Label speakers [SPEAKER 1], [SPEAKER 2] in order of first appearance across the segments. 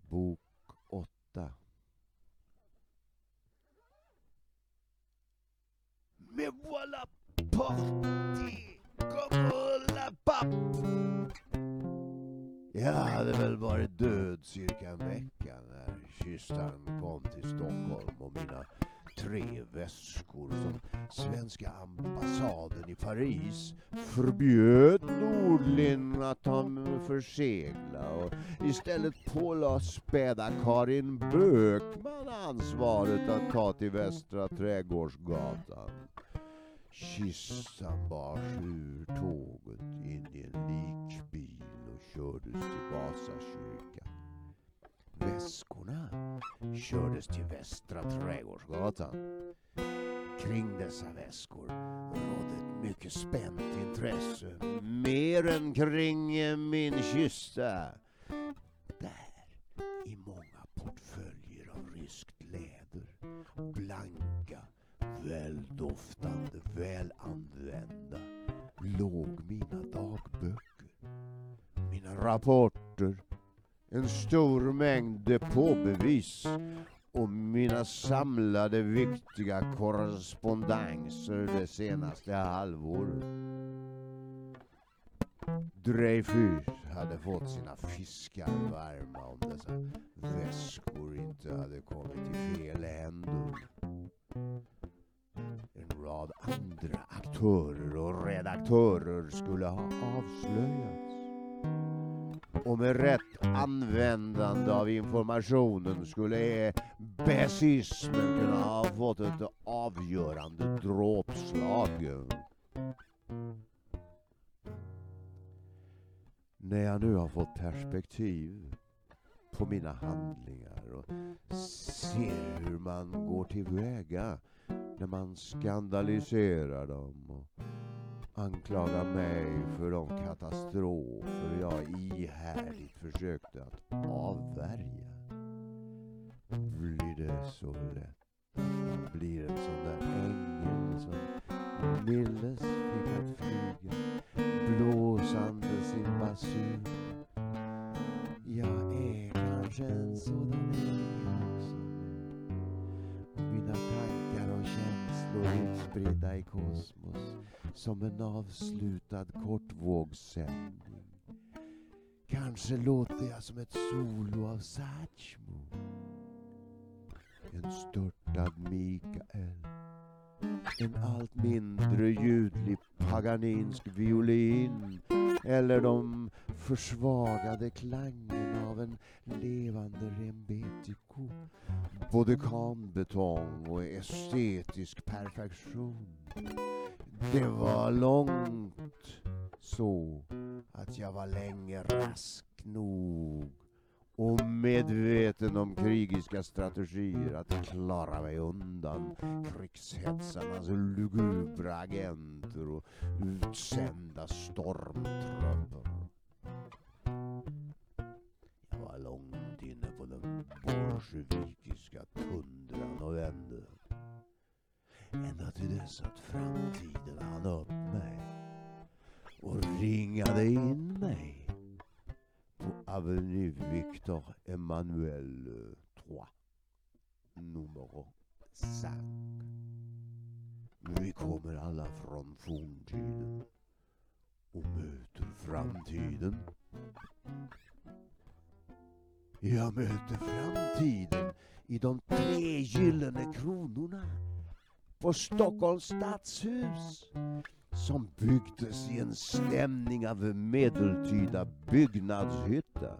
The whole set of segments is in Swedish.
[SPEAKER 1] Bok 8.
[SPEAKER 2] Mais voilà parti comme la papp.
[SPEAKER 1] Jag hade väl varit död cirka en vecka när kistan kom till Stockholm och mina 3 väskor som svenska ambassaden i Paris förbjöd Nordlin att försegla och istället pålade späda Karin Bökman ansvaret att ta till Västra Trädgårdsgatan. Kistan bars ur tåget in i en likbil och kördes till Vasakyrkan. Väskorna kördes till Västra Trädgårdsgatan. Kring dessa väskor rådde ett mycket spänt intresse, mer än kring min kista. Där, i många portföljer av ryskt läder, blanka, väldoftande, välanvända, låg mina dagböcker, mina rapporter, en stor mängd depåbevis och mina samlade viktiga korrespondenser det senaste halvåret. Dreyfus hade fått sina fiskar varma om dessa väskor inte hade kommit i fel händer. En rad andra aktörer och redaktörer skulle ha avslöjats. Och med rätt användande av informationen skulle bäsismen kunna ha fått ett avgörande dråpslag. När jag nu har fått perspektiv på mina handlingar och ser hur man går tillväga när man skandaliserar dem och anklagar mig för de katastrofer jag ihärdigt försökte att avvärja, blir det så lätt. Man blir en sån där ängel som Nilles fick att flyga, blåsande sin basun. Jag är kanske en sådan ängel också. Mina tankar och känslor utspridda i kosmos som en avslutad kortvågssändning. Kanske låter jag som ett solo av Satchmo. En störtad Mikael. En allt mindre ljudlig paganisk violin. Eller de försvagade klangerna av en levande rembetiko. Både kanbetong och estetisk perfektion. Det var långt så att jag var länge rask nog och medveten om krigiska strategier att klara mig undan krigshetsarnas lugubra agenter och utsända stormtrupper. Jag var långt inne på den bolsjevikiska tundran och vände. Ända till dess att framtiden hann upp mig och ringade in mig på Avenue Victor Emmanuel 3, nummer 5. Vi kommer alla från forntiden och möter framtiden. Jag möter framtiden i de 3 gyllene kronorna på Stockholms stadshus som byggdes i en stämning av medeltida byggnadshytta.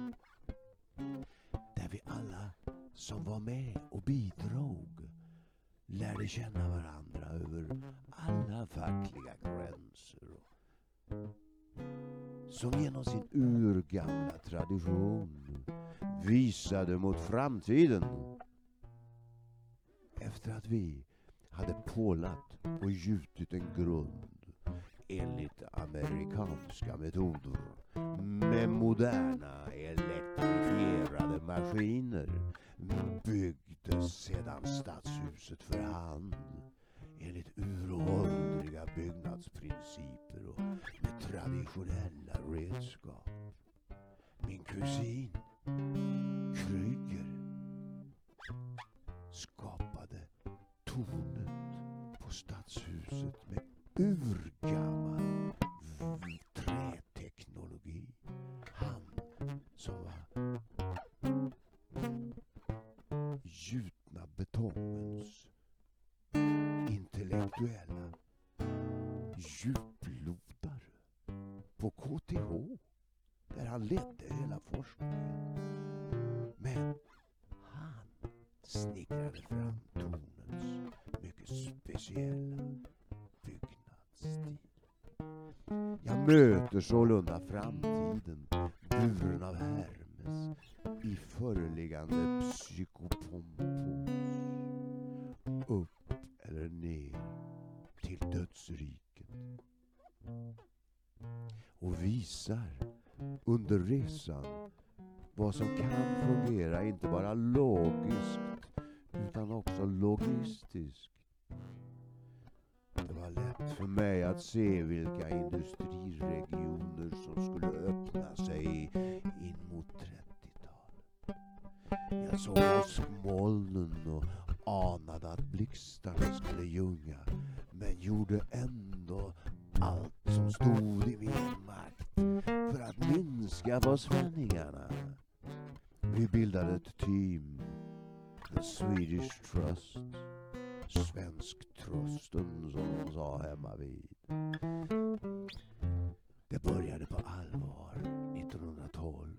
[SPEAKER 1] Där vi alla som var med och bidrog lärde känna varandra över alla fackliga gränser. Som genom sin urgamla tradition visade mot framtiden. Efter att vi hade pålat och gjutit en grund enligt amerikanska metoder med moderna elektrifierade maskiner byggdes sedan stadshuset för hand enligt uråldriga byggnadsprinciper och med traditionella redskap. Min kusin som var gjutna betongens intellektuella djuplodare på KTH, där han ledde hela forskningen. Men han snickrade fram tornens mycket speciella byggnadsstil. Jag möter sålunda framtiden, buren av Hermes, i föreliggande psykopompos, upp eller ner till dödsriket, och visar under resan vad som kan fungera inte bara logiskt utan också logistiskt. Det var lätt för mig att se vilka industriregioner som skulle öppna sig in mot 30-talet. Jag såg åskmolnen och anade att blixtarna skulle ljunga, men gjorde ändå allt som stod i min makt för att minska på spänningarna. Vi bildade ett team, The Swedish Trust, Svensk Trusten som de sa hemma vid. Det började på allvar 1912.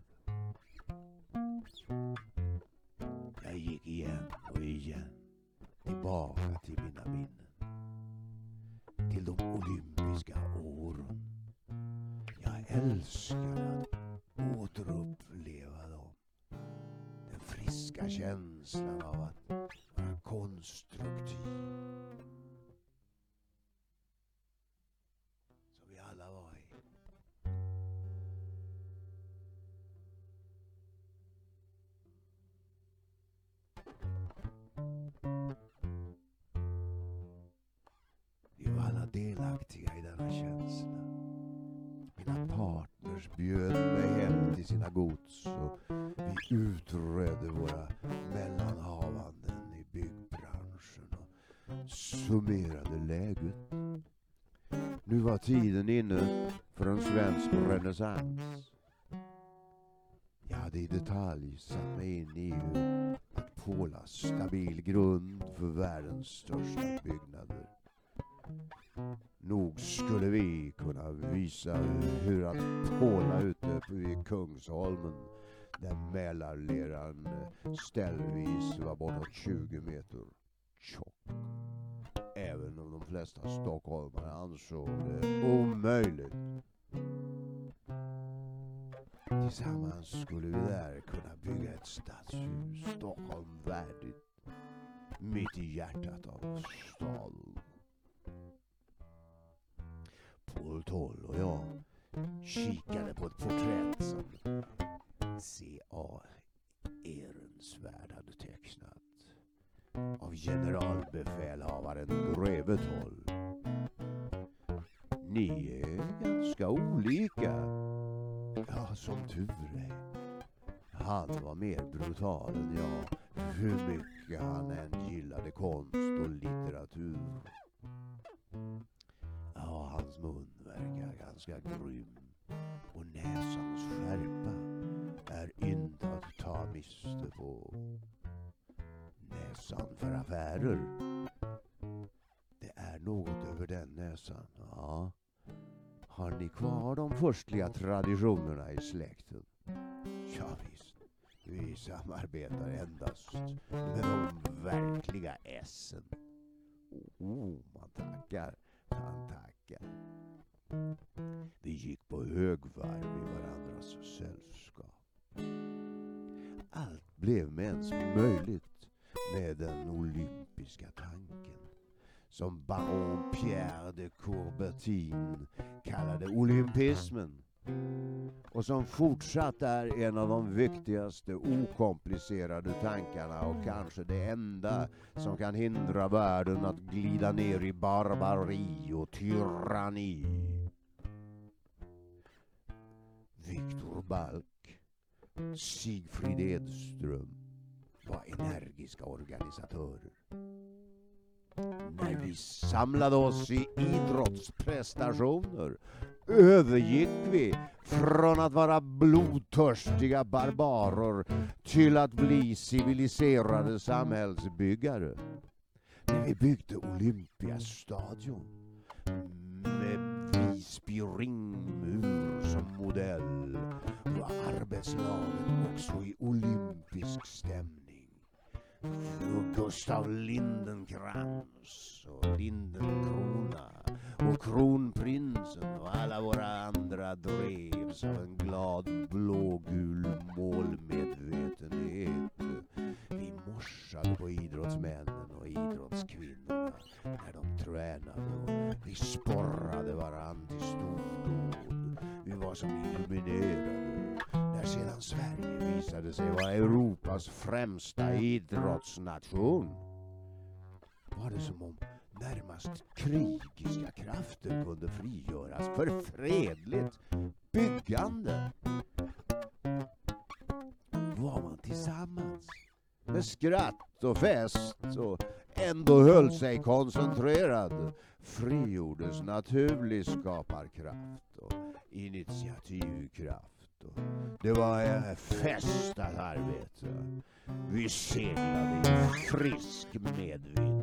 [SPEAKER 1] Jag gick igen och igen tillbaka till mina minnen, till de olympiska åren. Jag älskade att återuppleva dem. Den friska känslan av att vara konstruktiv. Som vi alla var i. Vi var alla delaktiga i denna känsla. Mina partners bjöd mig hem till sina gods och vi utredde våra mellanhavanden i byggbranschen och summerade läget. Nu var tiden inne för en svensk renässans. Jag hade i detalj satt mig in i hur att påla stabil grund för världens största byggnader. Nog skulle vi kunna visa hur att påla ute vid Kungsholmen, där Mälarleran ställvis var bortåt 20 meter tjock. Även om de flesta stockholmare ansåg det omöjligt. Tillsammans skulle vi där kunna bygga ett stadshus, Stockholm värdigt, mitt i hjärtat av staden. Paul Toll och jag kikade på ett porträtt som C.A. Ehrensvärd hade tecknat av generalbefälhavaren greve Toll. Ni är ganska olika. Ja, som tur är. Han var mer brutal än jag, hur mycket han än gillade konst och litteratur. Ja, hans mun verkar ganska grym och näsans skärpa är inte att ta miste på. Näsan för affärer. Det är något över den näsan, ja. Har ni kvar de förstliga traditionerna i släkten? Ja visst, vi samarbetar endast med de verkliga essen. Man tackar. Han tackar. Vi gick på högvarv i varandras sällskap. Allt blev med ens möjligt med den olympiska tanken, som baron Pierre de Coubertin kallade olympismen, och som fortsatt är en av de viktigaste okomplicerade tankarna och kanske det enda som kan hindra världen att glida ner i barbari och tyranni. Viktor Balk, Sigfrid Edström var energiska organisatörer. När vi samlade oss i idrottsprestationer övergick vi från att vara blodtörstiga barbarer till att bli civiliserade samhällsbyggare. När vi byggde Olympiastadion med Visby ringmur som modell var arbetslagen också i olympisk stämning. Och Gustav Lindenkrantz och Lindenkrona och kronprinsen och alla våra andra drevs av en glad blågul målmedvetenhet. Vi morsade på idrottsmännen och idrottskvinnorna när de tränade och vi sporrade varann till stordåd. Vi var som illuminerade. När sedan Sverige visade sig vara Europas främsta idrottsnation var det som om närmast krigiska krafter kunde frigöras för fredligt byggande. Var man tillsammans med skratt och fest och ändå höll sig koncentrerad, frigjordes naturlig skaparkraft och initiativkraft. Det var en fest att arbeta. Vi seglade i frisk medvind.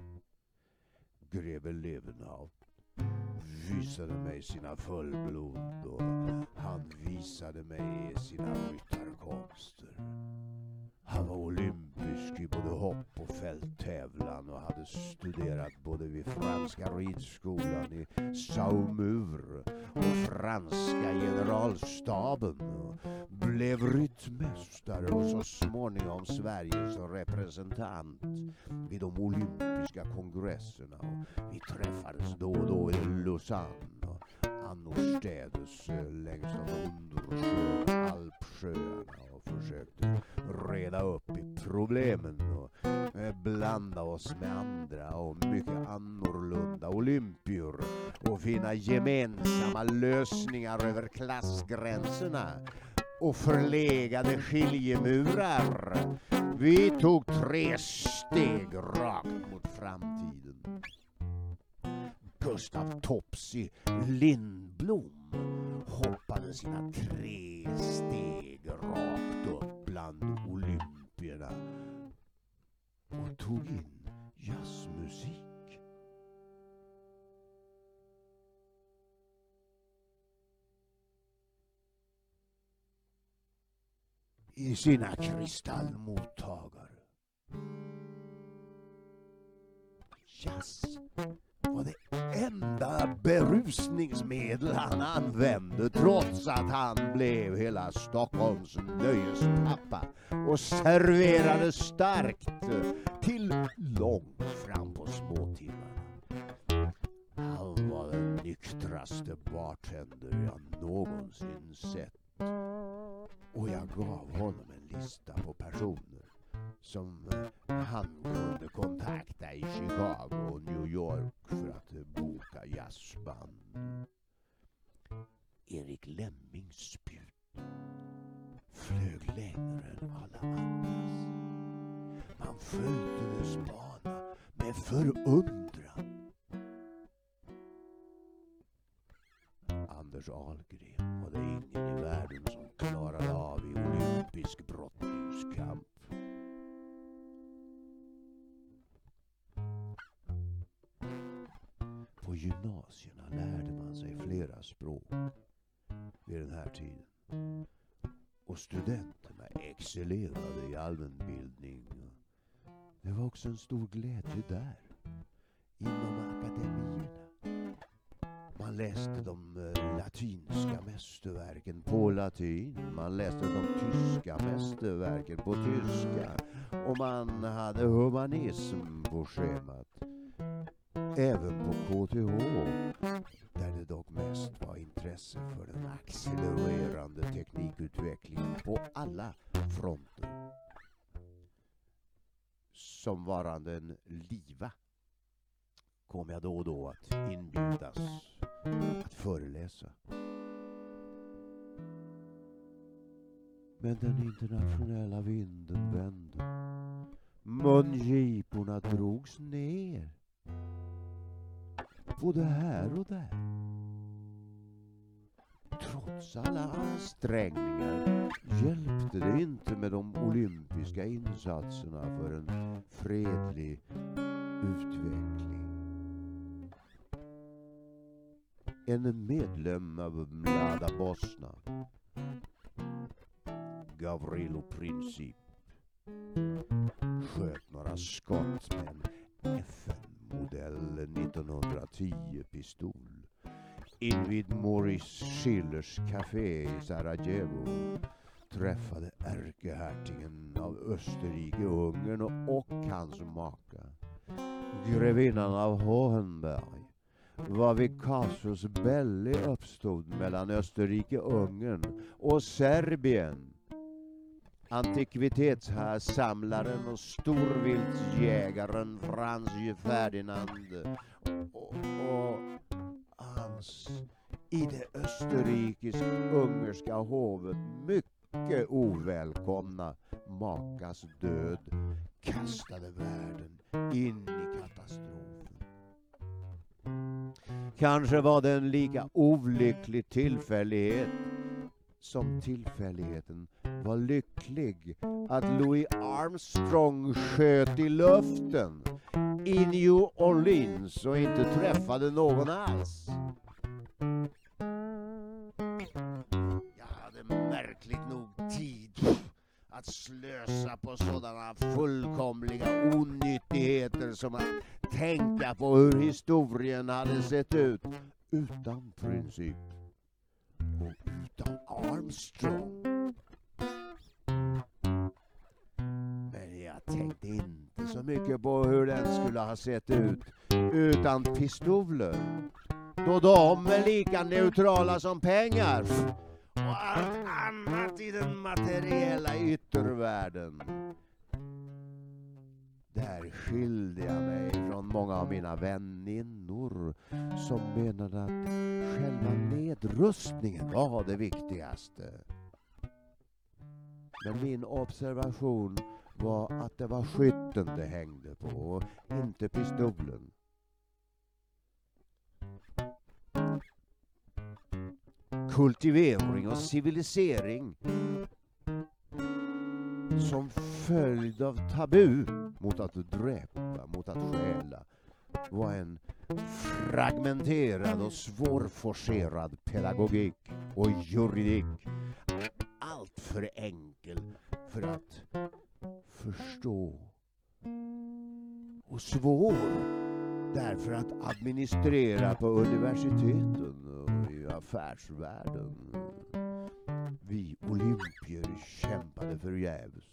[SPEAKER 1] Greve Levenhaupt visade mig sina fullblod och han visade mig sina ryttarkonster. Han var olympisk i både hopp och fälttävlan och hade studerat både vid franska ridskolan i Saumur och franska generalstaben och blev ryttmästare och så småningom Sveriges representant vid de olympiska kongresserna. Och vi träffades då och då i Lausanne och annorstädes längs de undersjö alpsjöarna och försökte reda upp i problemen och blanda oss med andra och mycket annorlunda olympier och finna gemensamma lösningar över klassgränserna och förlegade skiljemurar. Vi tog 3 steg rakt mot framtiden. Gustav Topsy Lindblom hoppade sina 3 steg rakt upp bland olympierna och tog in jazzmusik. I sina kristallmottagare. Jazz var det enda berusningsmedel han använde trots att han blev hela Stockholms nöjespappa och serverade starkt till långt fram på småtimmarna. Han var den nyktraste bartender jag någonsin sett. Och jag gav honom en lista på personer som han kunde kontakta i Chicago och New York för att boka jazzband. Erik Lemmings spjut flög längre än alla andras. Man följde dess bana med förundran. Anders Ahlgren var det ingen i världen som klarade av i olympisk brottningskamp. På gymnasierna lärde man sig flera språk vid den här tiden. Och studenterna excellerade i allmänbildning. Det var också en stor glädje där, inom akademierna. Man läste de latinska mästerverken på latin. Man läste de tyska mästerverken på tyska. Och man hade humanism på schemat. Även på KTH. Där det dock mest var intresse för den accelererande teknikutvecklingen på alla fronter. Som varande en liva kom jag då och då att inbjudas att föreläsa. Men den internationella vinden vände. Mungiporna drogs ner. Både här och där. trots alla ansträngningar hjälpte det inte med de olympiska insatserna för en fredlig utveckling. En medlem av Mlada Bosna, Gavrilo Princip, sköt några skott med en FN-modell 1910-pistol invid Maurice Schillers café i Sarajevo. Träffade ärkehertigen av Österrike-Ungern och hans maka, grevinnan av Hohenberg, varvid casus belli uppstod mellan Österrike-Ungern och Serbien. Antikvitetssamlaren och storviltsjägaren Franz Ferdinand och hans i det österrikisk-ungerska hovet mycket ovälkomna makas död kastade världen in i katastrofen. Kanske var det en lika olycklig tillfällighet som tillfälligheten var lycklig att Louis Armstrong sköt i luften i New Orleans och inte träffade någon alls. Jag hade märkligt nog tid att slösa på sådana fullkomliga onyttigheter som att tänka på hur historien hade sett ut utan Princip och utan Armstrong. Men jag tänkte inte så mycket på hur den skulle ha sett ut utan pistoler, då de är lika neutrala som pengar och allt annat i den materiella yttervärlden. Där skilde jag mig från många av mina väninnor som menade att själva nedrustningen var det viktigaste. Men min observation var att det var skytten det hängde på och inte pistolen. Kultivering och civilisering som följd av tabu mot att dräpa, mot att stjäla, var en fragmenterad och svårforcerad pedagogik och juridik. Allt för enkel för att förstå och svår därför att administrera på universiteten och i affärsvärlden. Vi olympier kämpade förgäves.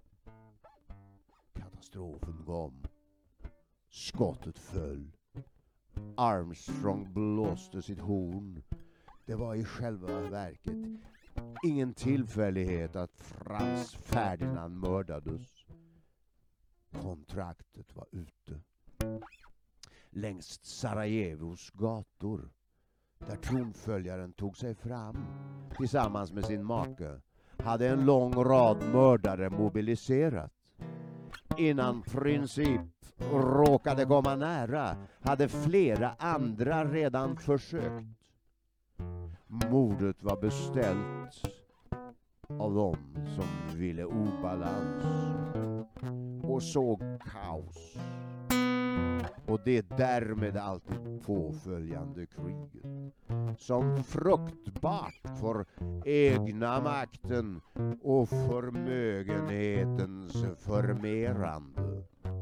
[SPEAKER 1] Katastrofen kom. Skottet föll. Armstrong blåste sitt horn. Det var i själva verket ingen tillfällighet att Franz Ferdinand mördades. Kontraktet var ute. Längs Sarajevos gator, där tronföljaren tog sig fram tillsammans med sin make, hade en lång rad mördare mobiliserat. Innan Princip råkade komma nära hade flera andra redan försökt. Mordet var beställt av dem som ville obalans och såg kaos och det därmed alltid påföljande kriget som fruktbart för egna makten och förmögenhetens förmerande.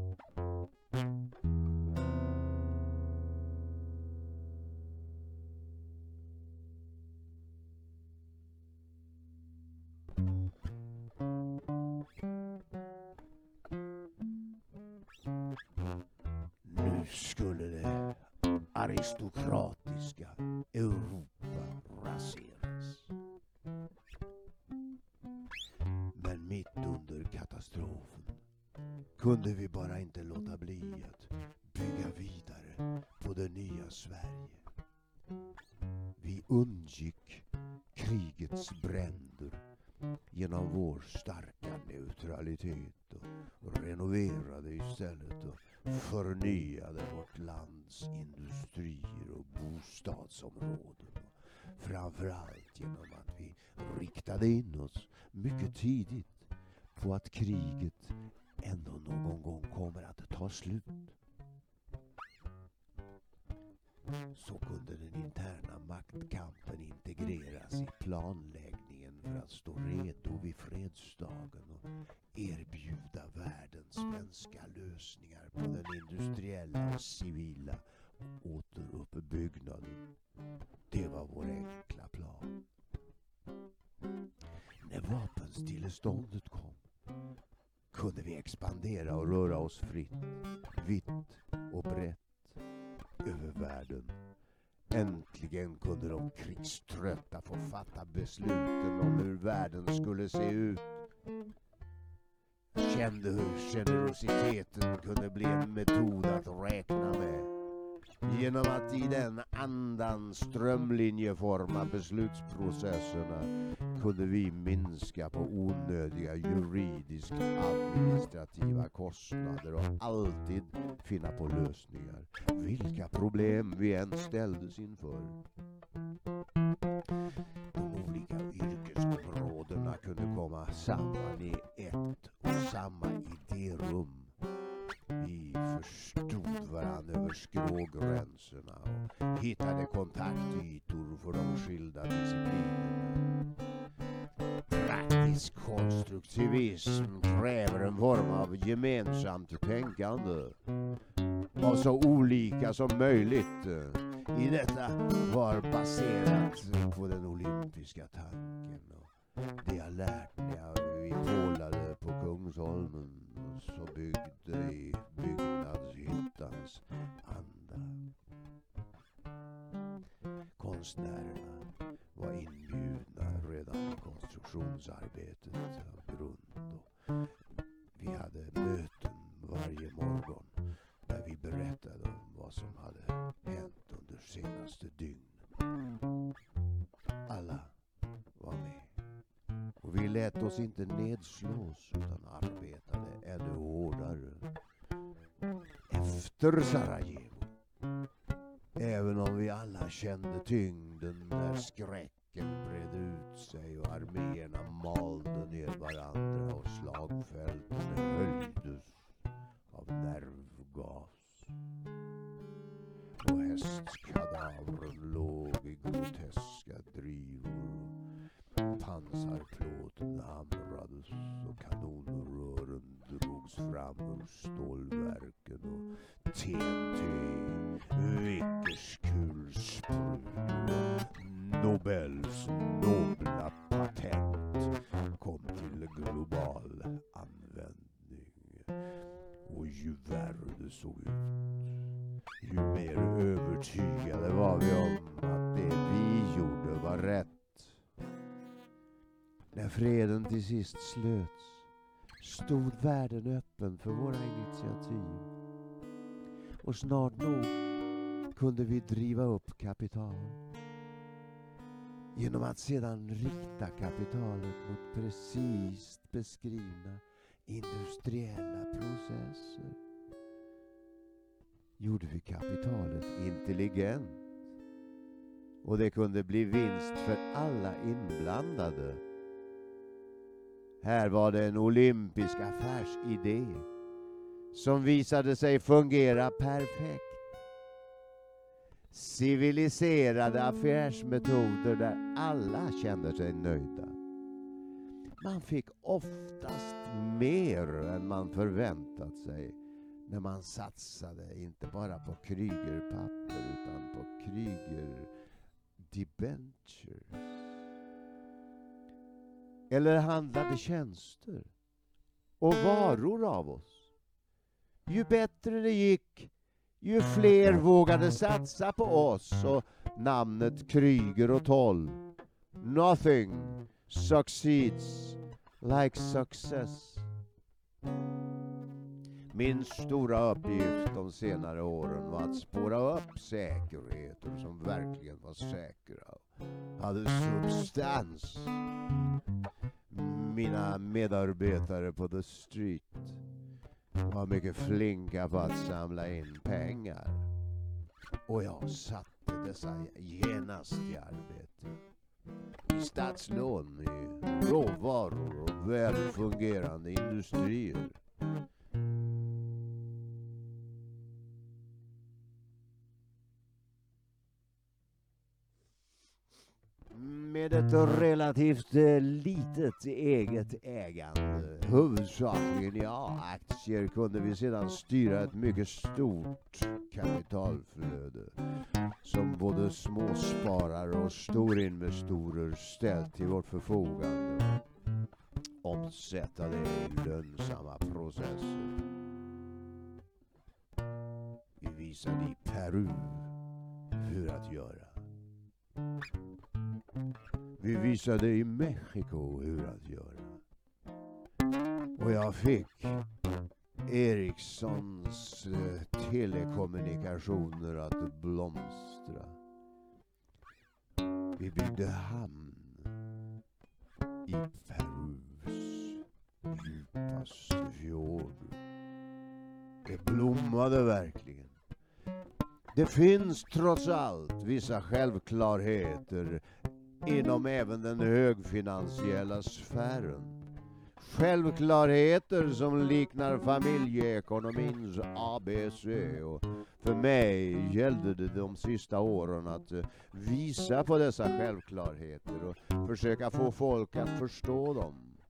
[SPEAKER 1] Nu skulle det aristokratiska Europa raseras. Men mitt under katastrofen kunde vi bara inte låta bli att bygga vidare på det nya Sverige. Vi undgick krigets bränder genom vår starka neutralitet och renoverade istället och förnyade vårt lands industrier och bostadsområden. Framförallt genom att vi riktade in oss mycket tidigt på att kriget ändå någon gång kommer att ta slut. Så kunde den interna maktkampen integreras i planläggningen för att stå redo vid fredsdagen och erbjuda världens svenska lösningar på den industriella och civila återuppbyggnaden. Det var vår enkla plan. När vapenstilleståndet kom kunde vi expandera och röra oss fritt, vitt och brett över världen. Äntligen kunde de krigströtta få fatta besluten om hur världen skulle se ut. Jag kände hur generositeten kunde bli en metod att räkna med. Genom att i den andan strömlinjeforma beslutsprocesserna kunde vi minska på onödiga juridisk-administrativa kostnader och alltid finna på lösningar, vilka problem vi än ställdes inför. De olika yrkesområdena kunde komma samman i ett och samma idérum. Vi förstod varandra över skrågränserna och hittade kontaktytor för de skilda disciplinerna. Praktisk konstruktivism kräver en form av gemensamt tänkande. Var så olika som möjligt. I detta var baserat på den olympiska tanken. Och det jag lärt när vi pålade på Kungsholmen och så byggde i byggnadshyttans anda. Konstnärerna var inbjudna redan i konstruktionsarbetet av grund och vi hade möten varje morgon där vi berättade om vad som hade hänt under senaste dygnen. Alla var med. Och vi lät oss inte nedslås utan arbetade ännu hårdare. Efter Sarajevo. Även om vi alla kände tyngden när skräcken bred ut sig och arméerna malde ner varandra och slagfälten höljdes av nervgas. Och hästkadavren låg i groteska drivor. Pansarplåten hamrades och kanonrören drogs fram ur stålverken och TNT, Vickerskulsprutor och Nobels nobla patent kom till global användning. Och ju värre det såg ut, ju mer övertygade var vi om att det vi gjorde var rätt. När freden till sist slöts stod världen öppen för våra initiativ. Och snart nog kunde vi driva upp kapital. Genom att sedan rikta kapitalet mot precis beskrivna industriella processer gjorde vi kapitalet intelligent. Och det kunde bli vinst för alla inblandade. Här var det en olympisk affärsidé som visade sig fungera perfekt. Civiliserade affärsmetoder där alla kände sig nöjda. Man fick oftast mer än man förväntat sig när man satsade inte bara på Krügerpapper utan på Krüger debentures. Eller handlade tjänster och varor av oss. Ju bättre det gick, ju fler vågade satsa på oss och namnet Krüger och Toll. Nothing succeeds like success. Min stora uppgift de senare åren var att spåra upp säkerheter som verkligen var säkra och hade substans. Mina medarbetare på The Street var mycket flinka på att samla in pengar. Och jag satte satte dessa genast i arbete. I statslån, i råvaror och välfungerande industrier. Med ett relativt litet eget ägande, huvudsakligen i aktier, kunde vi sedan styra ett mycket stort kapitalflöde som både småsparare och storinvestorer ställt till vårt förfogande. Omsätta det i lönsamma processer. Vi visade i Peru hur att göra. Vi visade i Mexiko hur att göra. Och jag fick Ericssons telekommunikationer att blomstra. Vi byggde hamn i Perus djupaste fjord. Det blommade verkligen. Det finns trots allt vissa självklarheter inom även den högfinansiella sfären. Självklarheter som liknar familjeekonomins ABC, och för mig gällde det de sista åren att visa på dessa självklarheter och försöka få folk att förstå dem.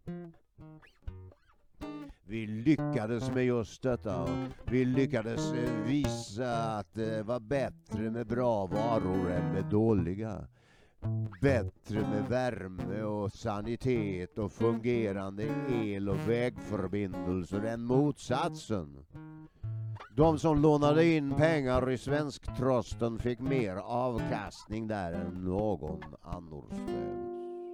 [SPEAKER 1] Vi lyckades med just detta, och vi lyckades visa att det var bättre med bra varor än med dåliga. Bättre med värme och sanitet och fungerande el- och vägförbindelser än motsatsen. De som lånade in pengar i svensktrosten fick mer avkastning där än någon annorstädes.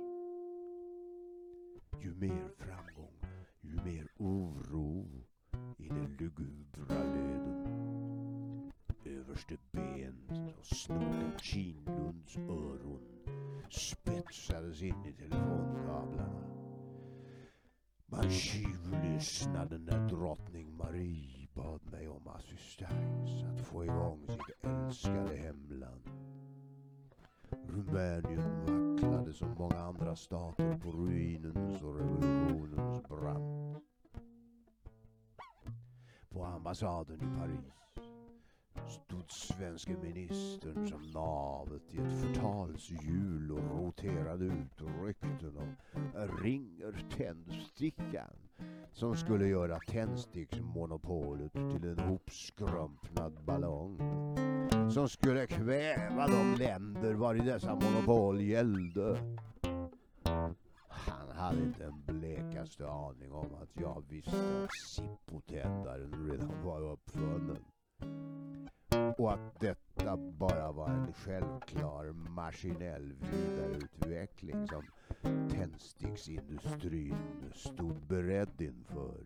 [SPEAKER 1] Ju mer framgång, ju mer oro i de lugubra leden. Överste benet och snoken Kinlunds öron spetsades in i telefonkablarna. Man tjuvlyssnade när drottning Marie bad mig om assistans att få igång sitt älskade hemland. Rumänien vacklade som många andra stater på ruinens och revolutionens brant. På ambassaden i Paris stod svenska ministern som navet i ett förtalshjul och roterade ut rykten om ringer-tändstickan som skulle göra tändsticksmonopolet till en hopskrumpnad ballong som skulle kväva de länder var i dessa monopol gällde. Han hade inte en blekaste aning om att jag visste att Zippo-tändaren redan var uppfunnen. Och att detta bara var en självklar maskinell vidareutveckling som tändsticksindustrin stod beredd inför.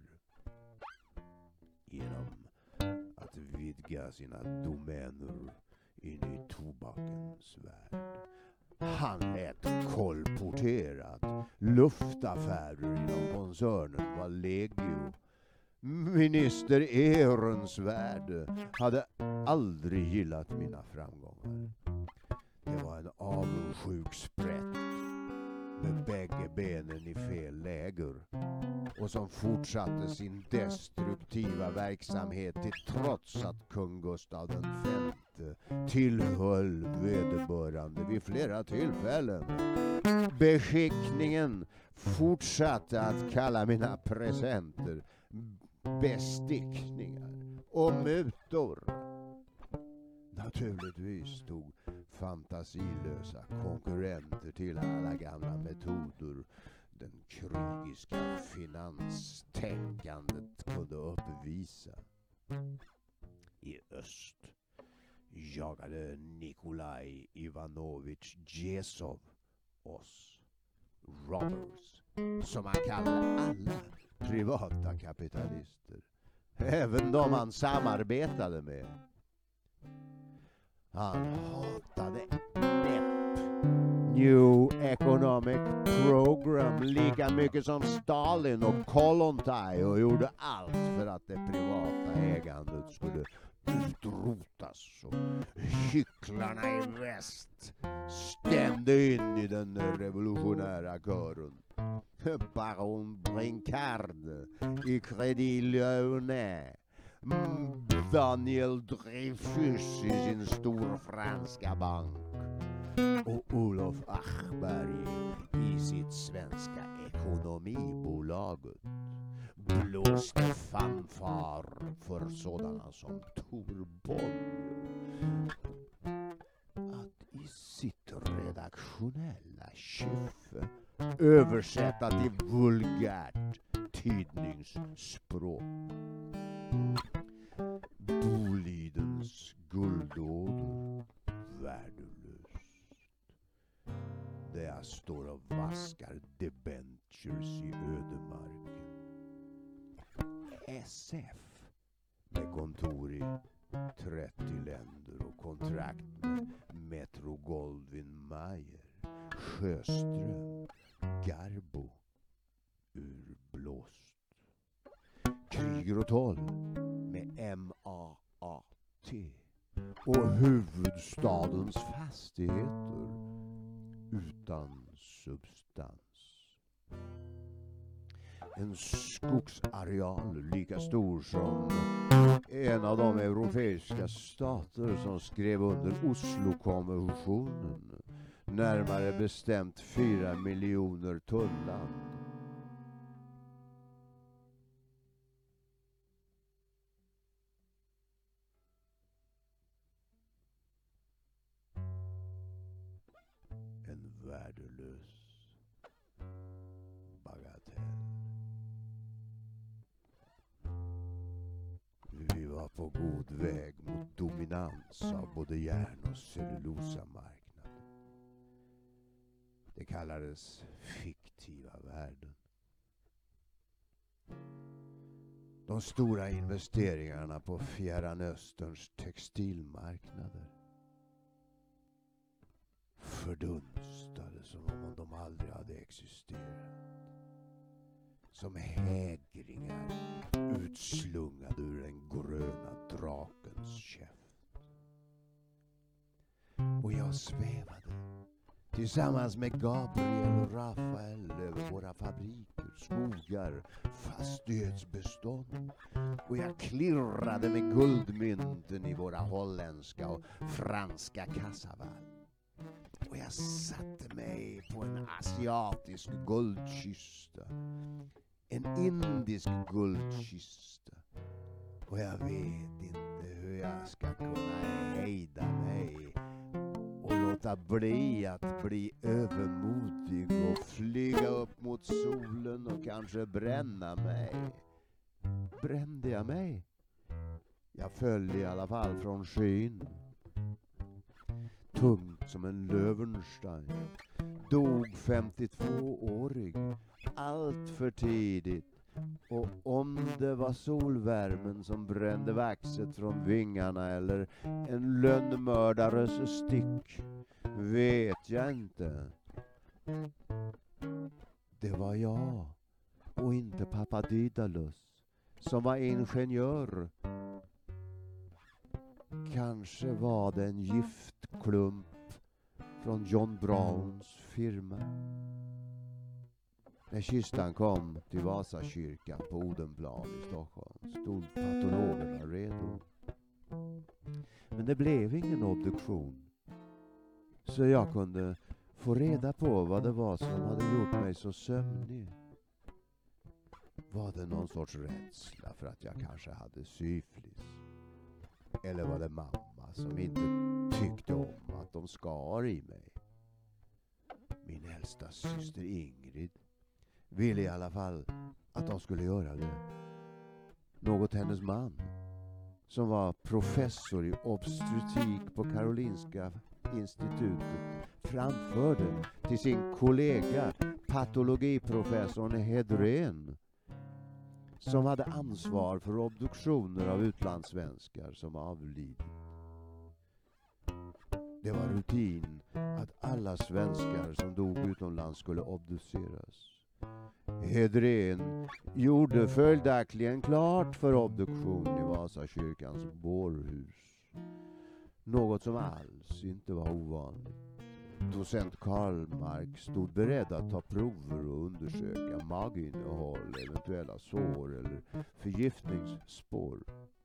[SPEAKER 1] Genom att vidga sina domäner in i tobakens värld. Han lät kolporterat. Luftaffärer inom koncernen var legio. Minister Ehrensvärd hade aldrig gillat mina framgångar. Det var en avundsjuk sprätt med bägge benen i fel läger och som fortsatte sin destruktiva verksamhet till trots att kung Gustav V tillhöll vederbörande vid flera tillfällen. Beskickningen fortsatte att kalla mina presenter bestickningar och mutor. Naturligtvis stod fantasilösa konkurrenter till alla gamla metoder den krigiska finanstänkandet kunde uppvisa. I öst jagade Nikolaj Ivanovich Jezov oss robbers, som man kallar alla privata kapitalister, även de han samarbetade med. Han hatade New Economic Program lika mycket som Stalin och Kollontaj och gjorde allt för att det privata ägandet skulle utrotas och hycklarna i väst stämde in i den revolutionära kören. Baron Brincard i Crédit Lyonnais, Daniel Dreyfus i sin storfranska bank och Olof Aschberg i sitt svenska ekonomibolaget blåste fanfar för sådana som Tor Boll att i sitt redaktionella kyffe översätta till vulgärt tidningsspråk. Bolidens guldåder värdelöst. Där jag står och vaskar debentures i ödemarken. SF med kontor i 30 länder och kontrakt med Metro Goldwyn Mayer, Sjöström, Garbo, urblåst. Kryger och Toll med MAAT och huvudstadens fastigheter utan substans. En skogsareal lika stor som en av de europeiska stater som skrev under Oslokonventionen, närmare bestämt 4 miljoner tunnland. En värdelös bagatell. Vi var på god väg mot dominans av både järn och cellulosamarknaden. Det kallades fiktiva värden. De stora investeringarna på Fjärran Österns textilmarknader fördunstade som om de aldrig hade existerat. Som hägringar utslungade ur den gröna drakens käft. Och jag svävade tillsammans med Gabriel och Rafael över våra fabriker, skogar, fastighetsbestånd. Och jag klirrade med guldmynten i våra holländska och franska kassavalv. Och jag satte mig på en asiatisk guldkista. En indisk guldkista. Och jag vet inte hur jag ska kunna hejda mig och låta bli att bli övermodig och flyga upp mot solen och kanske bränna mig. Brände jag mig? Jag föll i alla fall från skyn. Tungt som en Löwenstein. Dog 52-årig. Allt för tidigt. Och om det var solvärmen som brände vaxet från vingarna eller en lönnmördares stick, vet jag inte. Det var jag och inte pappa Didalus som var ingenjör. Kanske var det en giftklump från John Browns firma. När kistan kom till Vasakyrkan på Odenplan i Stockholm stod patologerna redo. Men det blev ingen obduktion. Så jag kunde få reda på vad det var som hade gjort mig så sömnig. Var det någon sorts rädsla för att jag kanske hade syfilis? Eller var det mamma som inte tyckte om att de skar i mig? Min äldsta syster Ingrid ville i alla fall att de skulle göra det. Något hennes man, som var professor i obstetrik på Karolinska institutet, framförde till sin kollega patologiprofessorn Hedrén, som hade ansvar för obduktioner av utlandssvenskar som avlidit. Det var rutin att alla svenskar som dog utomlands skulle obduceras. Hedrén gjorde följaktligen klart för obduktion i Vasakyrkans bårhus. Något som alls inte var ovanligt. Docent Karlmark stod beredd att ta prover och undersöka maginnehåll, eventuella sår eller förgiftningsspår.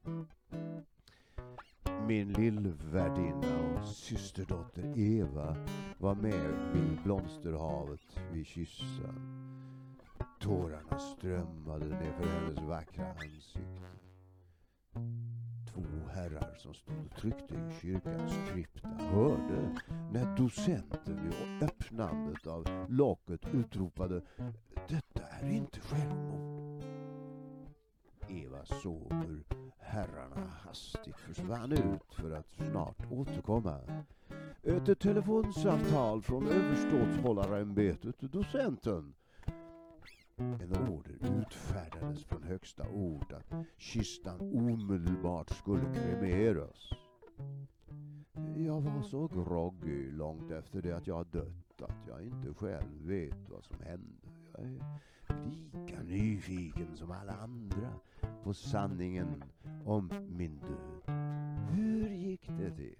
[SPEAKER 1] Min lillvärdinna och systerdotter Eva var med vid blomsterhavet vid kyssan. Tårarna strömmade ner för hennes vackra ansikte. Två herrar som stod och tryckte i kyrkans krypta hörde när docenten vid öppnandet av locket utropade: "Detta är inte självmord." Eva såg hur herrarna hastigt försvann ut för att snart återkomma. Ett telefonsamtal från överståthållarämbetet, docenten. En order utfärdades från högsta ort att kistan omedelbart skulle kremeras. Jag var så groggy långt efter det att jag dött att jag inte själv vet vad som hände. Jag är lika nyfiken som alla andra på sanningen om min död. Hur gick det till?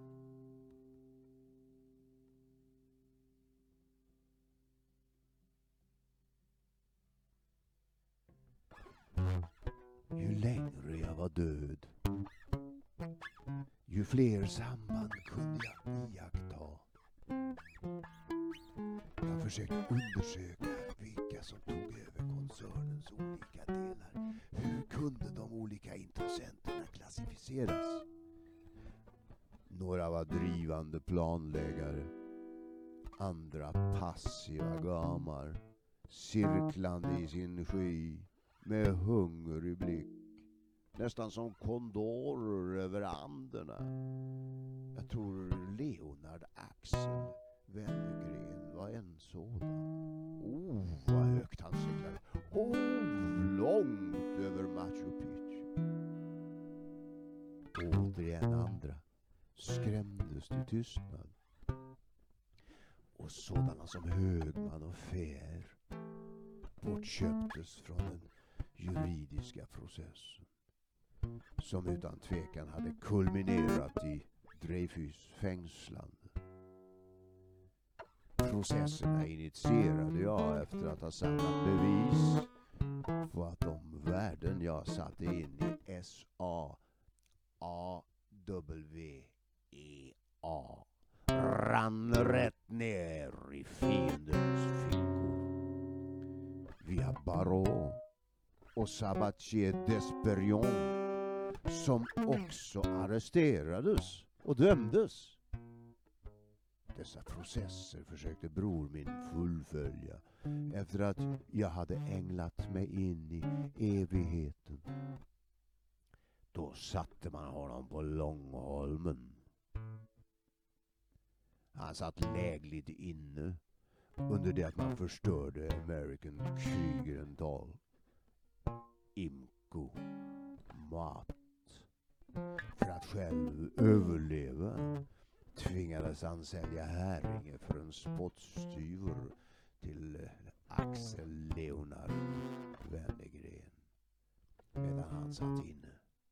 [SPEAKER 1] Ju längre jag var död, ju fler samband kunde jag iaktta. Jag försökte undersöka vilka som tog över koncernens olika delar. Hur kunde de olika intressenterna klassificeras? Några var drivande planläggare, andra passiva gamar, cirklande i sin sky, med hunger i blick, nästan som kondorer över anderna. Jag tror Leonard Axel Wennergren var en sådan. Vad högt han cyklade. Långt över Machu Picchu. Återigen andra skrämdes till tystnad. Och sådana som Högman och Fär bortköptes från den juridiska processen, som utan tvekan hade kulminerat i Dreyfus fängslande. Processerna initierade jag efter att ha samlat bevis på att de värden jag satte in i SAAWEA rann rätt ner i fiendens fickor. Via Barrault och Sabatier Desperion, som också arresterades och dömdes. Dessa processer försökte bror min fullfölja efter att jag hade änglat mig in i evigheten. Då satte man honom på Långholmen. Han satt lägligt inne under det att man förstörde American Kriegerental. Imco mat. För att själv överleva tvingades han sälja häringe för en spottstyver till Axel Leonard Wennergren medan han satt inne.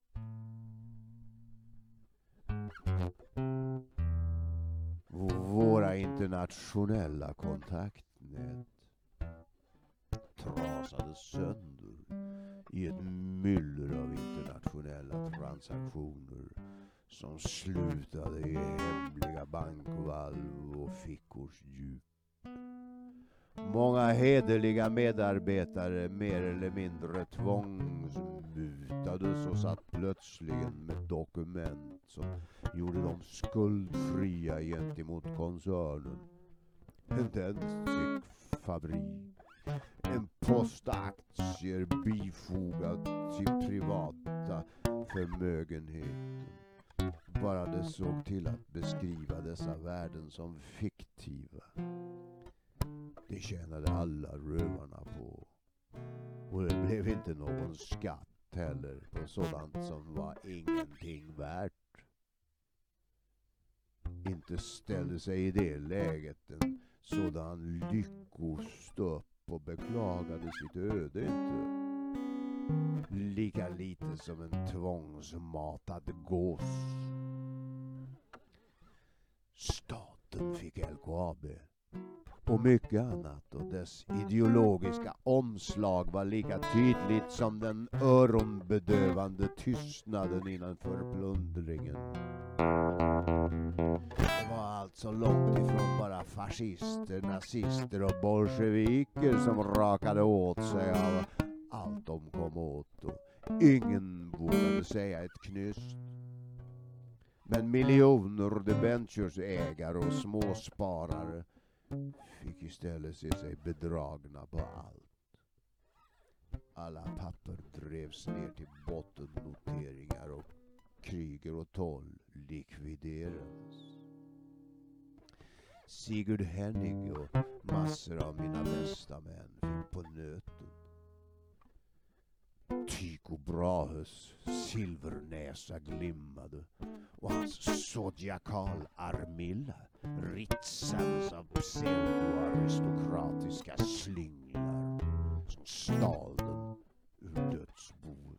[SPEAKER 1] Våra internationella kontaktnät trasades sönder i ett myller av internationella transaktioner som slutade i hemliga bankvalv och fickors djup. Många hederliga medarbetare mer eller mindre tvångsmutades och satt plötsligen med dokument som gjorde dem skuldfria gentemot koncernen. En tändstickfabrik, en post aktier bifogad till privata förmögenheten. Bara det såg till att beskriva dessa värden som fiktiva. Det tjänade alla rövarna på. Och det blev inte någon skatt heller på sådant som var ingenting värt. Inte ställde sig i det läget en sådan lyckostöpt och beklagade sitt öde inte. Lika lite som en tvångsmatad gås. Staten fick LKAB och mycket annat, och dess ideologiska omslag var lika tydligt som den öronbedövande tystnaden innanför plundringen. Det var alltså långt ifrån bara fascister, nazister och bolsjeviker som rakade åt sig av allt de kom åt, och ingen vågade säga ett knyst. Men miljoner debenturesägare och småsparare fick istället se sig bedragna på allt. Alla papper drevs ner till bottennoteringar och Kryger och Toll likviderades. Sigurd Hennig och massor av mina bästa män fick på nöten. Tycho Brahes silvernäsa glimmade och hans zodiakal Armilla ritsades av pseudoaristokratiska slinglar som stal den ur dödsboet.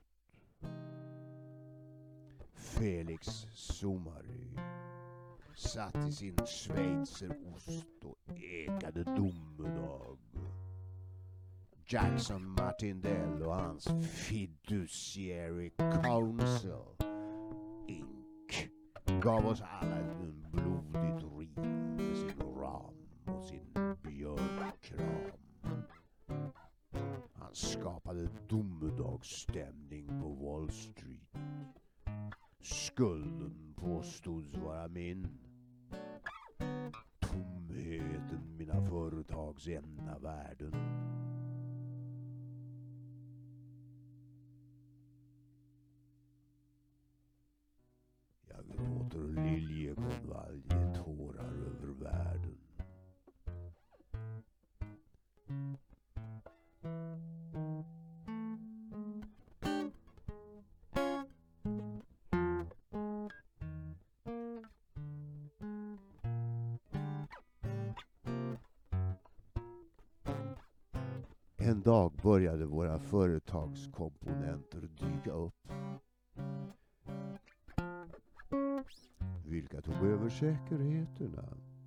[SPEAKER 1] Felix Somary satt i sin schweizerost och ekade domedag. Jackson Martindale och hans fiduciary council Inc. gav oss alla en blodigt riv med sin ram och sin björnkram. Han skapade domedagsstämning på Wall Street. Skulden påstods vara min. Tomheten mina företags enda värden. Jag gråter liljekonvalje tårar över världen. En dag började våra företagskomponenter dyka upp. Vilka tog över säkerheterna?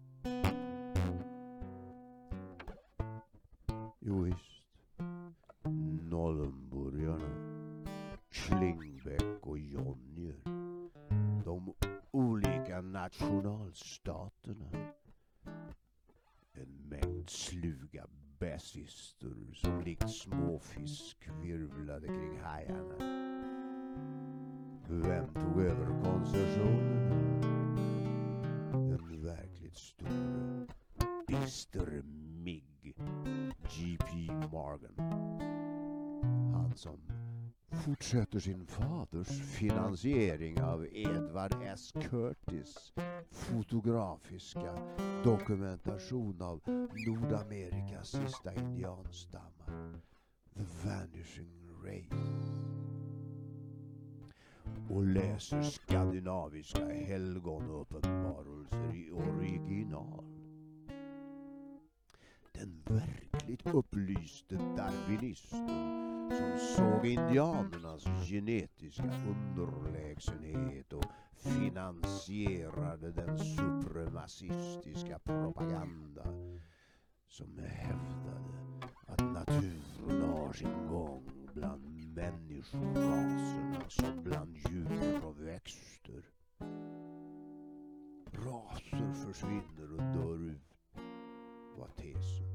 [SPEAKER 1] Jo visst, Nollenburgarna, Klingbeck och Jonjer. De olika nationalstaterna. En mängd sluga bäsister som likt småfisk virvlade kring hajarna. Vem tog över koncessionerna? Den verkligt stora, bister Mig, J.P. Morgan. Han som fortsätter sin faders finansiering av Edward S. Curtis fotografiska dokumentation av Nordamerikas sista indianstammar, The Vanishing Race, och läser skandinaviska helgonuppenbarelser i original. Den verkligt upplyste darwinisten som såg indianernas genetiska underlägsenhet och finansierade den supremacistiska propaganda som hävdade att naturen har sin gång bland människoraserna som bland djur och växter. Raser försvinner och dör ut, var tesen.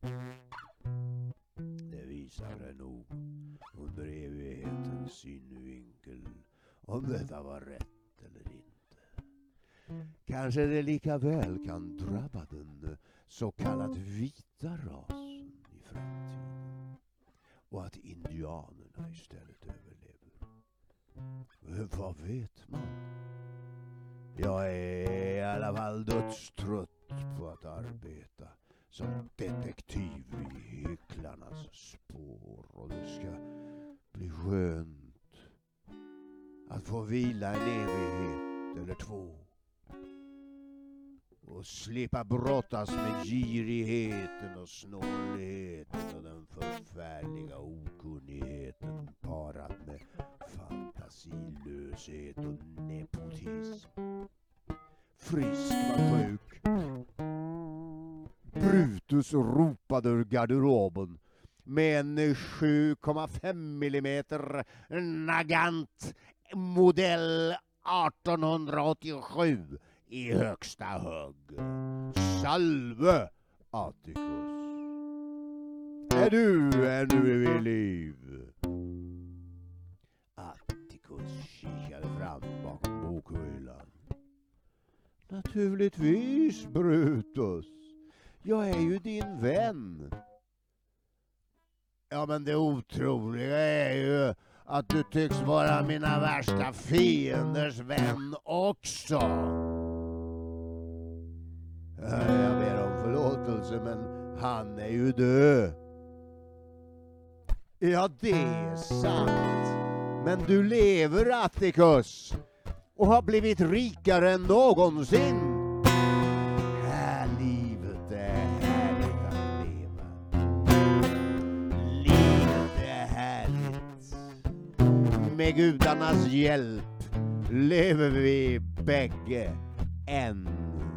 [SPEAKER 1] Det visar sig nog under evighetens synvinkel om detta var rätt eller inte. Kanske det lika väl kan drabba den så kallat vita rasen i framtiden, och att indianerna istället överlever. Vad vet man? Jag är i alla fall dödstrött på att arbeta som detektiv i hycklarnas spår, och det ska bli skönt att få vila en evighet eller två och slippa brottas med girigheten och snålheten och härliga okunnigheten parat med fantasilöshet och nepotism. Frisk var sjuk. Brutus ropade ur garderoben med en 7,5 millimeter Nagant modell 1887 i högsta hugg. Salve, Atticus! Är du ännu vid liv? Atticus kikade fram bakom bokhyllan. Naturligtvis, Brutus. Jag är ju din vän. Ja, men det otroliga är ju att du tycks vara mina värsta fienders vän också. Jag ber om förlåtelse, men han är ju död. Ja, det är sant. Men du lever, Atticus, och har blivit rikare än någonsin. Livet är härligt att leva. Livet är härligt. Med gudarnas hjälp lever vi bägge än.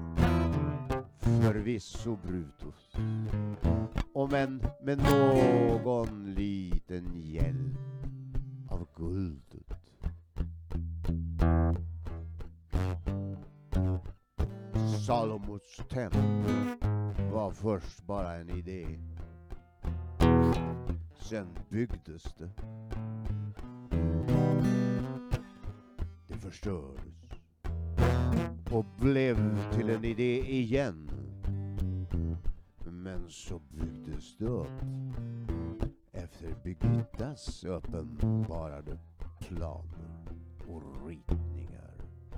[SPEAKER 1] Förvisso, Brutus. Och men med någon liten hjälp av guldet. Salomos tempel var först bara en idé. Sen byggdes det. Det förstördes. Och blev till en idé igen. Men så byggdes det upp. Efter Birgittas uppenbarade planer och ritningar.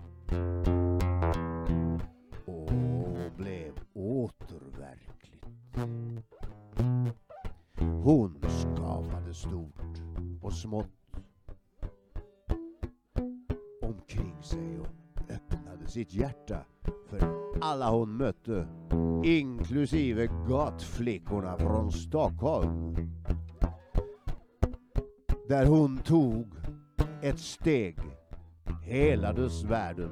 [SPEAKER 1] Och blev återverkligt. Hon skapade stort och smått omkring sig och öppnade sitt hjärta för alla hon mötte, inklusive gatflickorna från Stockholm. Där hon tog ett steg helades världen.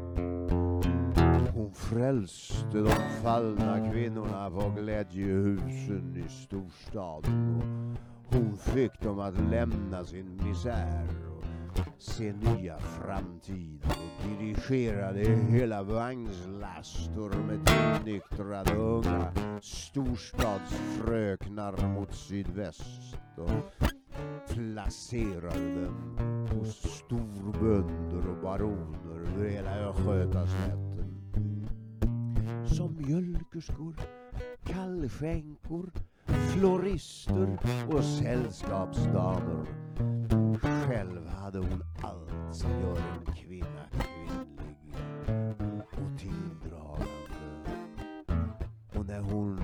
[SPEAKER 1] Hon frälste de fallna kvinnorna på glädjehusen i storstaden. Och hon fick dem att lämna sin misär och se nya framtider. Och dirigerade hela vagnslastor med tillnyktrade unga storstadsfröknar mot sydväst. Och placerade dem hos storbönder och baroner över hela Östgötaslätten. Som mjölkerskor, kallskänkor, florister och sällskapsdamer. Själv hade hon allt som gör en kvinna kvinnlig och tilldragande. Och när hon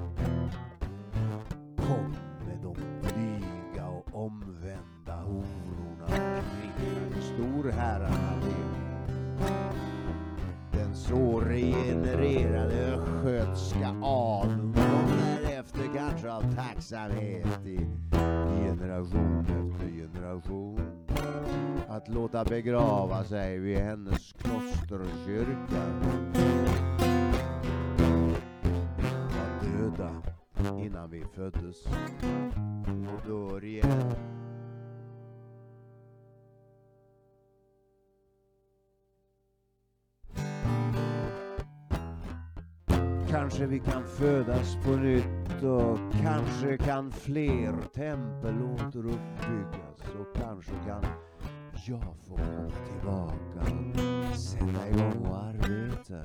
[SPEAKER 1] kom med de blyga och omvända hororna kring den storherrarna levde, den så regenererade östgötska adeln kom därefter kanske av tacksamhet i generation efter generation att låta begrava sig vid hennes klosterkyrka. Var döda innan vi föddes och dör igen. Kanske vi kan födas på nytt och kanske kan fler tempel återuppbyggas och kanske kan jag få komma tillbaka och sätta igång och arbeta.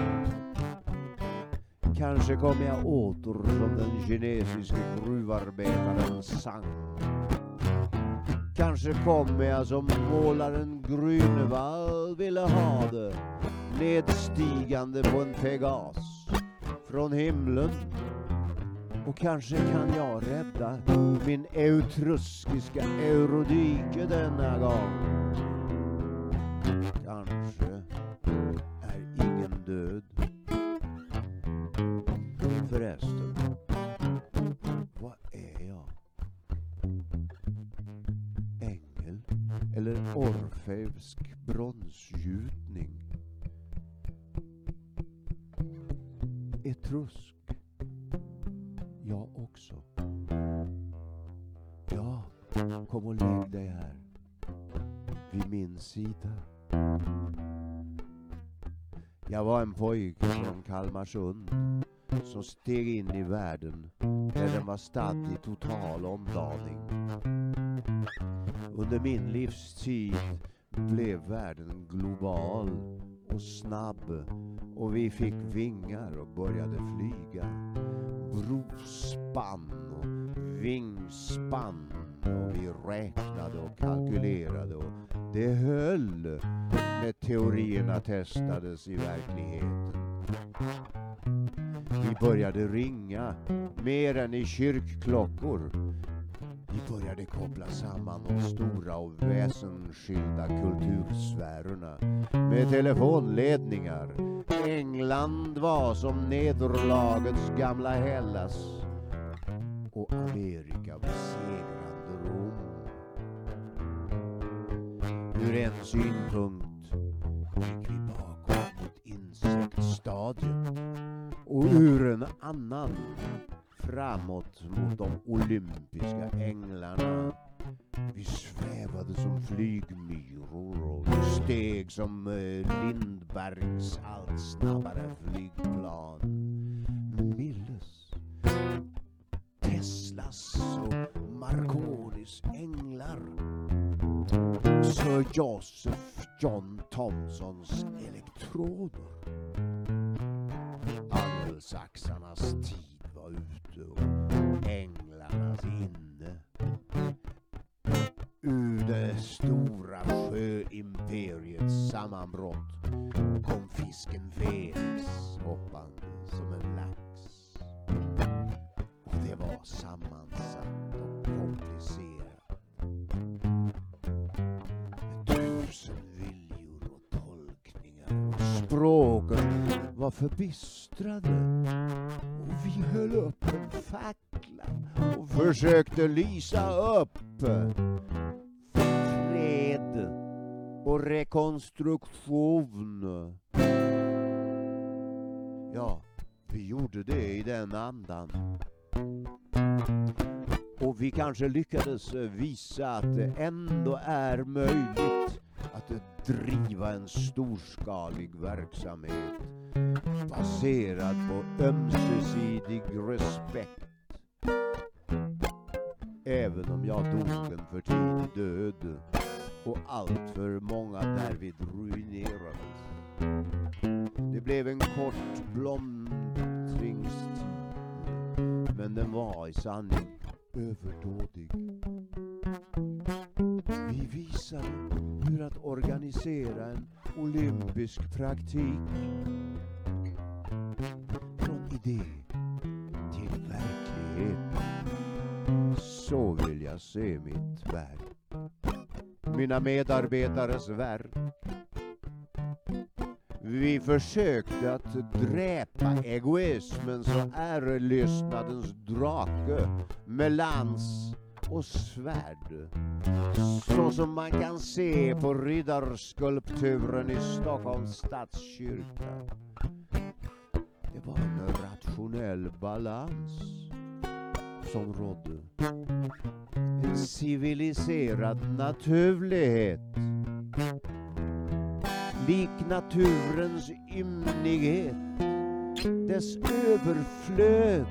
[SPEAKER 1] Kanske kommer jag åter som den kinesiska gruvarbetaren sang. Kanske kommer jag som målaren Grünewald ville ha det, nedstigande på en Pegas från himlen. Och kanske kan jag rädda min eutruskiska Eurydike denna gång. Kanske är ingen död. Förresten, vad är jag? eller orfeusk bronsgjutning. Etrusk. Jag också. Ja, kom och lägg dig här. Vid min sida. Jag var en pojke från Kalmarsund som steg in i världen där den var stadd i total omdaning. Under min livstid blev världen global och snabb och vi fick vingar och började flyga. Brospann och vingspann och vi räknade och kalkylerade och det höll när teorierna testades i verkligheten. Vi började ringa mer än i kyrkklockor. Vi började koppla samman de stora och väsensskilda kultursfärerna med telefonledningar. England var som nederlagets gamla Hellas och Amerika var segrande Rom. Ur en synpunkt gick vi bakåt mot insektstadiet och ur en annan framåt mot de olympiska änglarna. Vi svävade som flygmyror och steg som Lindbergs allt snabbare flygplan. Milles, Teslas och Marconis änglar. Sir Joseph John Thomsons elektroder. Angelsaxarnas tid var ute och änglarnas inne. Ur det stora sjöimperiets sammanbrott kom fisken Felix hoppande som en lax. Och det var sammansatt och komplicerat. Med 1000 viljor och tolkningar och språken var förbistrade. Och vi höll upp en fackla och försökte lysa upp fred och rekonstruktion. Ja, vi gjorde det i den andan. Och vi kanske lyckades visa att det ändå är möjligt att driva en storskalig verksamhet baserad på ömsesidig respekt. Även om jag dog en för tidig död och allt för många därvid ruinerades. Det blev en kort blomstringstid, men den var i sanning överdådig. Vi visade hur att organisera en olympisk praktik. Från idé till verklighet. Så vill jag se mitt verk. Mina medarbetares verk. Vi försökte att dräpa egoismens och ärelystnadens drake med lans och svärd. Så som man kan se på riddarskulpturen i Stockholms stadskyrka. Det var en rationell balans som rådde. En civiliserad naturlighet. Lik naturens ymnighet, dess överflöd.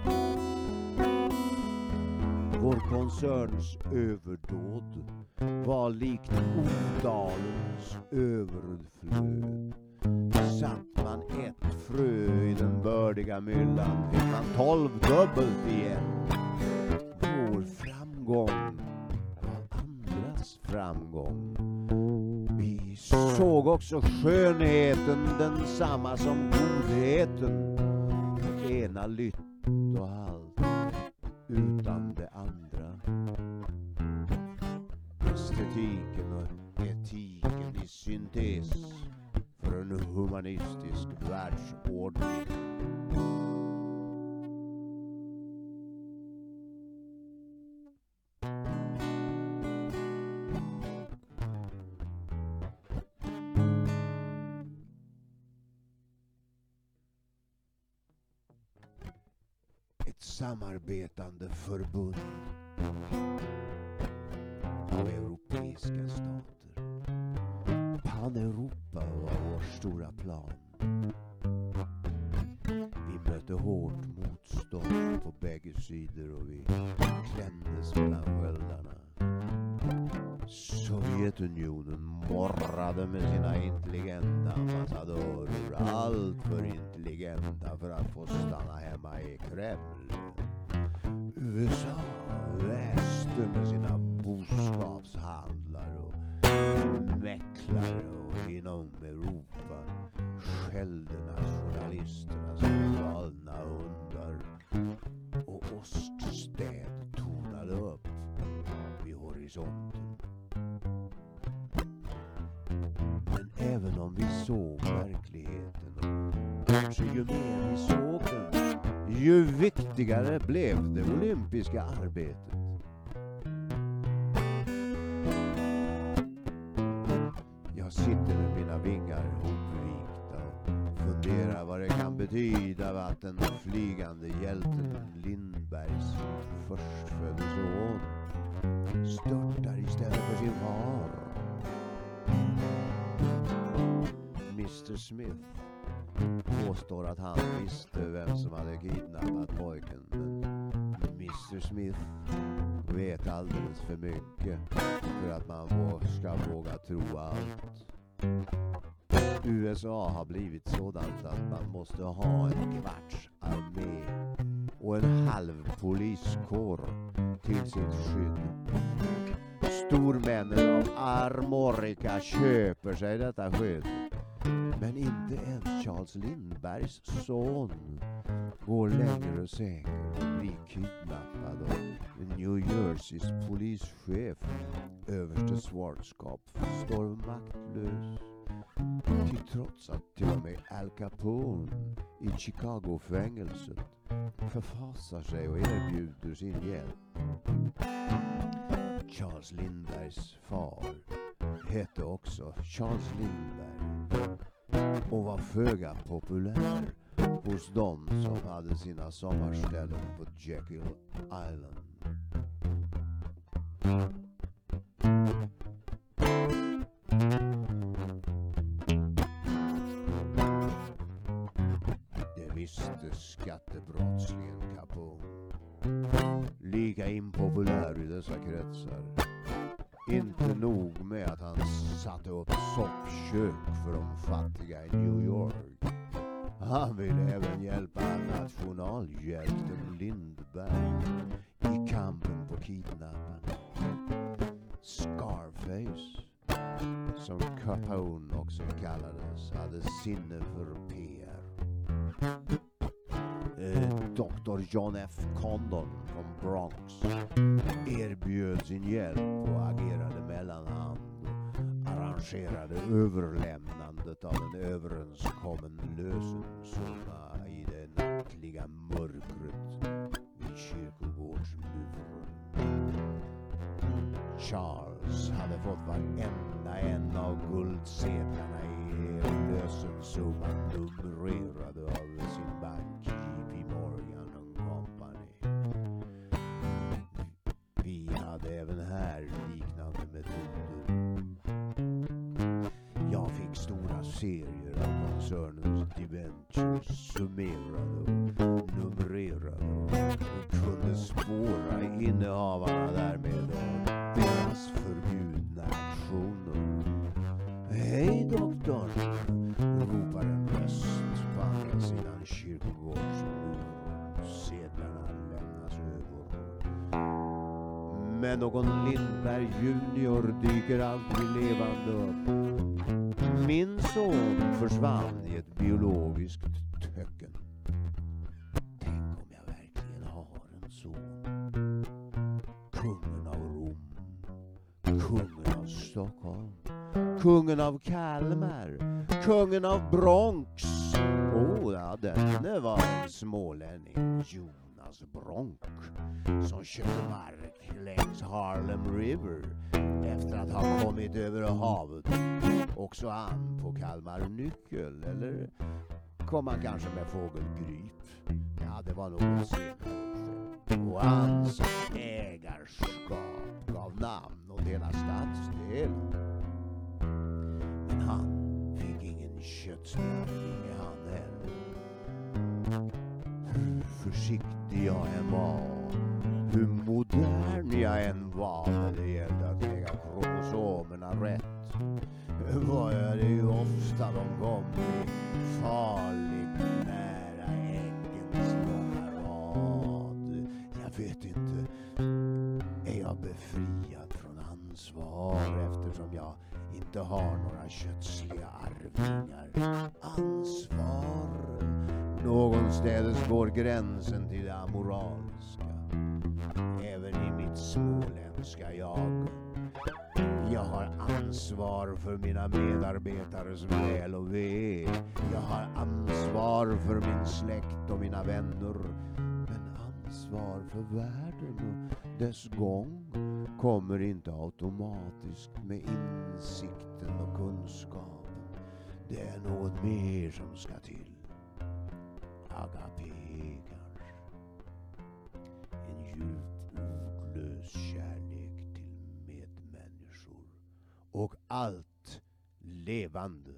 [SPEAKER 1] Vår koncerns överdåd var likt Odalens överflöd. Satt man ett frö i den bördiga myllan fick man 12 dubbelt igen. Vår framgång var andras framgång. Vi såg också skönheten densamma som godheten. Det ena lytt och allt utan det andra. Estetiken och etiken i syntes för en humanistisk världsordning. samarbetande förbund av europeiska stater. Pan-Europa var vår stora plan. Vi mötte hårt motstånd på bägge sidor och vi klämdes mellan sköldarna. Sovjetunionen morrade med sina intelligenta ambassadörer, allt för intelligenta för att få stanna hemma i Kreml. USA väste med sina boskapshandlare och mäklare och inom Europa skällde nationalisterna som galna hundar och åskstäd tonade upp vid horisonten. Men även om vi såg verkligheten och kanske ju mer vi såg den, ju viktigare blev det olympiska arbetet. Jag sitter med mina vingar hopvikta och funderar vad det kan betyda att den flygande hjälten Lindbergs förstfödde son störtar istället för sin far. Mr. Smith påstår att han visste vem som hade kidnappat pojken, men Mr. Smith vet alldeles för mycket för att man ska våga tro allt. USA har blivit sådant att man måste ha en kvarts armé och en halv poliskår till sitt skydd. Stormännen av Armorica köper sig detta skydd. Men inte ens Charles Lindbergs son går längre säker och blir kidnappad av New Jerseys polischef överste Schwarzkopf står maktlös. Till trots att till och med Al Capone i Chicago-fängelset förfasar sig och erbjuder sin hjälp. Charles Lindbergs far hette också Charles Lindberg och var föga populär hos dem som hade sina sommarställen på Jekyll Island. Det visste skattebrottslingen Capone. Lika impopulär i dessa kretsar. Inte nog med att han satte upp soppkök för de fattiga i New York. Han ville även hjälpa nationalhjälten Lindberg i kampen på kidnapparna. Scarface, som Capone också kallades, hade sinne för PR. Dr. John F. Condon från Bronx erbjöd sin hjälp och agerade mellanhand och arrangerade överlämnandet av en överenskommen lösensumma i det nattliga mörkret vid kyrkogårdsmuren. Charles hade fått varenda en av guldsedlarna i lösensumman numrerade av sin bank JP Morgan & Company. Vi hade även här liknande metoder. Jag fick stora serier av koncernens debentures summerade och numrerade och kunde spåra innehavarna därmed och deras förbjudna aktioner. Hej doktorn, ropar en röst på andra sidan kyrkogårdsmuren. Sedlarna lämnas över. Men någon Lindberg junior dyker aldrig levande upp. Min son försvann i ett biologiskt töcken. Tänk om jag verkligen har en son. Kungen av Rom, kungen av Stockholm, kungen av Kalmar, kungen av Bronx. Ja, denne var en smålänning, Jonas Bronk, som köpte mark längs Harlem River efter att ha kommit över havet. Också han på Kalmar Nyckel, eller kom han kanske med fågelgryp? Ja, det var nog senare. och hans ägarskap gav namn åt hela stadsdelen. Men han fick ingen köttsmältning han heller. Hur försiktig jag än var, hur modern jag än var när det gällde att lägga kromosomerna rätt, var jag det ju ofta de kom i farligt nära äggens långa rad. Jag vet inte, är jag befriad från ansvar eftersom jag inte har några kötsliga arvingar? Ansvar. Någonstädes går gränsen till det amoraliska. Även i mitt småländska jag. Jag har ansvar för mina medarbetares väl och ve. Jag har ansvar för min släkt och mina vänner. Men ansvar för världen och dess gång kommer inte automatiskt med insikten och kunskapen. Det är något mer som ska till. Agape kanske. En djupt ordlös kärlek till medmänniskor och allt levande.